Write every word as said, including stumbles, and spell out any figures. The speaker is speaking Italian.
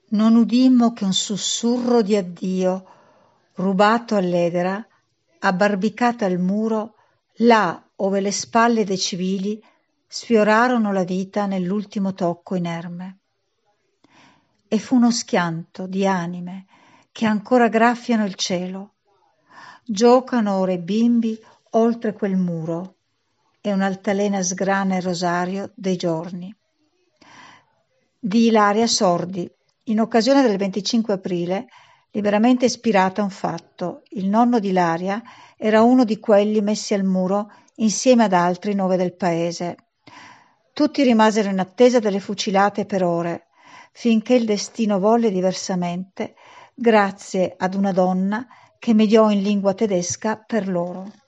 Non udimmo che un sussurro di addio, rubato all'edera, abbarbicata al muro, là ove le spalle dei civili sfiorarono la vita nell'ultimo tocco inerme. E fu uno schianto di anime che ancora graffiano il cielo. Giocano ora i bimbi oltre quel muro e un'altalena sgrana il rosario dei giorni. Di Ilaria Sordi, in occasione del venticinque aprile, liberamente ispirata a un fatto. Il nonno di Ilaria era uno di quelli messi al muro insieme ad altri nove del paese. Tutti rimasero in attesa delle fucilate per ore, finché il destino volle diversamente, grazie ad una donna che mediò in lingua tedesca per loro.